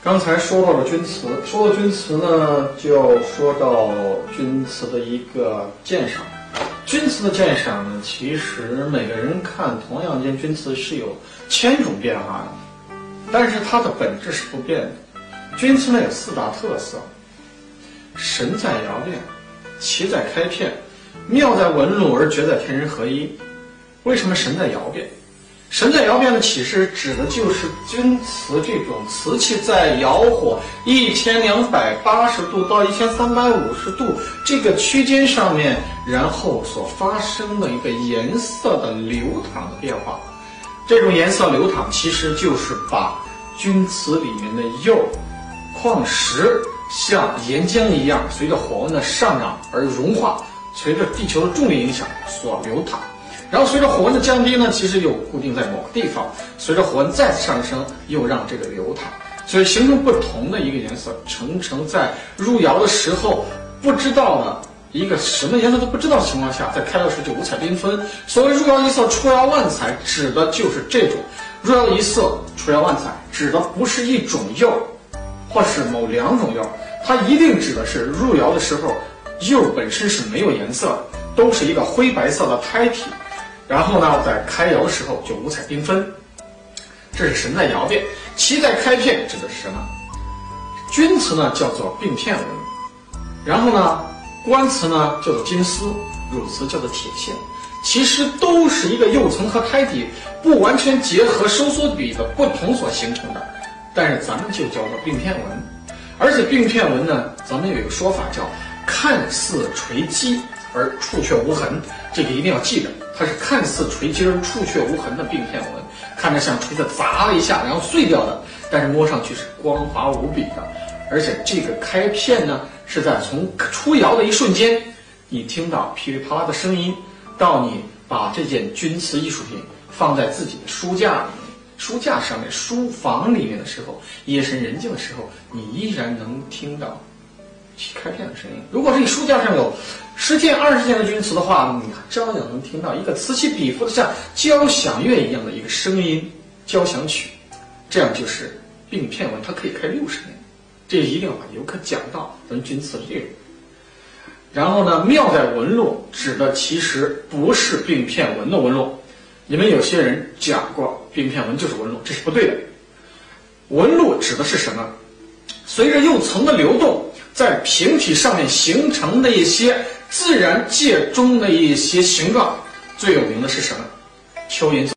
刚才说到了钧瓷，说到钧瓷呢，就要说到钧瓷的一个鉴赏。钧瓷的鉴赏呢，其实每个人看同样一件钧瓷是有千种变化的，但是它的本质是不变的。钧瓷呢有四大特色：神在窑变，奇在开片，妙在纹路，而绝在天人合一。为什么神在窑变？神在窑变呢，其实指的就是钧瓷这种瓷器在窑火1280度到1350度这个区间上面，然后所发生的一个颜色的流淌的变化。这种颜色流淌其实就是把钧瓷里面的釉、矿石像岩浆一样，随着火温的上涨而融化，随着地球的重力影响所流淌。然后随着火温的降低呢，其实又固定在某个地方，随着火温再次上升，又让这个流淌，所以形成不同的一个颜色。层在入窑的时候，不知道呢一个什么颜色都不知道的情况下，在开窑时就五彩缤纷。所谓入窑一色出窑万彩，指的就是这种入窑一色出窑万彩，指的不是一种釉，或是某两种釉，它一定指的是入窑的时候釉本身是没有颜色的，都是一个灰白色的胎体。然后呢，在开窑的时候就五彩缤纷，这是神在窑变。奇在开片指的是什么？钧瓷呢叫做并片纹，然后呢官瓷呢叫做金丝，汝瓷叫做铁线，其实都是一个釉层和胎体不完全结合收缩比的不同所形成的，但是咱们就叫做并片纹。而且并片纹呢，咱们有一个说法叫看似垂击而处却无痕，这个一定要记着，它是看似垂击而处却无痕的并片纹，看着像锤子砸了一下然后碎掉的，但是摸上去是光滑无比的。而且这个开片呢，是在从出窑的一瞬间，你听到噼里啪啦的声音，到你把这件钧瓷艺术品放在自己的书架里面、书架上面、书房里面的时候，夜深人静的时候，你依然能听到开片的声音。如果是你书架上有10件、20件的钧瓷的话，你照样能听到一个此起彼伏的像交响乐一样的一个声音，交响曲。这样就是并片纹，它可以开60年。这一定要把游客讲到咱们钧瓷的这种。然后呢，妙在纹路，指的其实不是并片纹的纹路。你们有些人讲过并片纹就是纹路，这是不对的。纹路指的是什么？随着釉层的流动，在瓶体上面形成的一些自然界中的一些形状。最有名的是什么？蚯蚓